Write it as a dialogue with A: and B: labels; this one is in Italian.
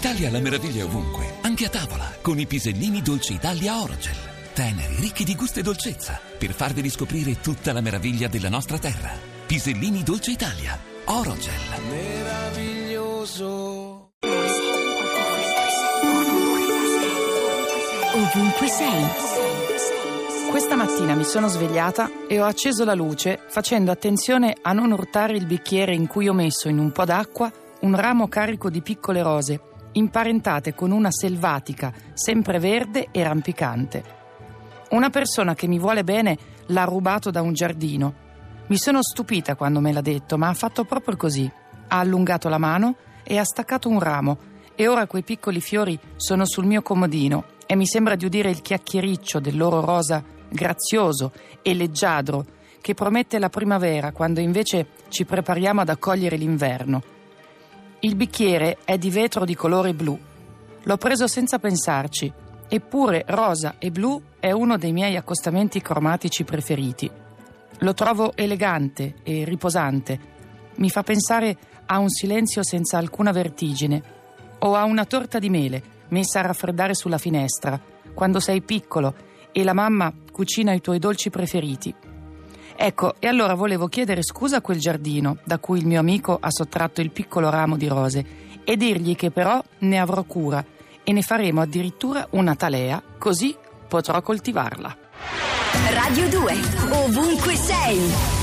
A: Italia la meraviglia è ovunque, anche a tavola, con i pisellini Dolce Italia Orogel. Teneri, ricchi di gusto e dolcezza, per farvi riscoprire tutta la meraviglia della nostra terra. Pisellini Dolce Italia Orogel.
B: Meraviglioso.
C: Ovunque sei.
D: Questa mattina mi sono svegliata e ho acceso la luce facendo attenzione a non urtare il bicchiere in cui ho messo in un po' d'acqua un ramo carico di piccole rose, imparentate con una selvatica, sempreverde e rampicante. Una persona che mi vuole bene l'ha rubato da un giardino. Mi sono stupita quando me l'ha detto, ma ha fatto proprio così. Ha allungato la mano e ha staccato un ramo e ora quei piccoli fiori sono sul mio comodino e mi sembra di udire il chiacchiericcio del loro rosa grazioso e leggiadro che promette la primavera quando invece ci prepariamo ad accogliere l'inverno. Il bicchiere è di vetro di colore blu. L'ho preso senza pensarci, eppure rosa e blu è uno dei miei accostamenti cromatici preferiti. Lo trovo elegante e riposante. Mi fa pensare a un silenzio senza alcuna vertigine o a una torta di mele messa a raffreddare sulla finestra quando sei piccolo e la mamma cucina i tuoi dolci preferiti. Ecco, e allora volevo chiedere scusa a quel giardino da cui il mio amico ha sottratto il piccolo ramo di rose e dirgli che però ne avrò cura e ne faremo addirittura una talea, così potrò coltivarla.
C: Radio 2, ovunque sei.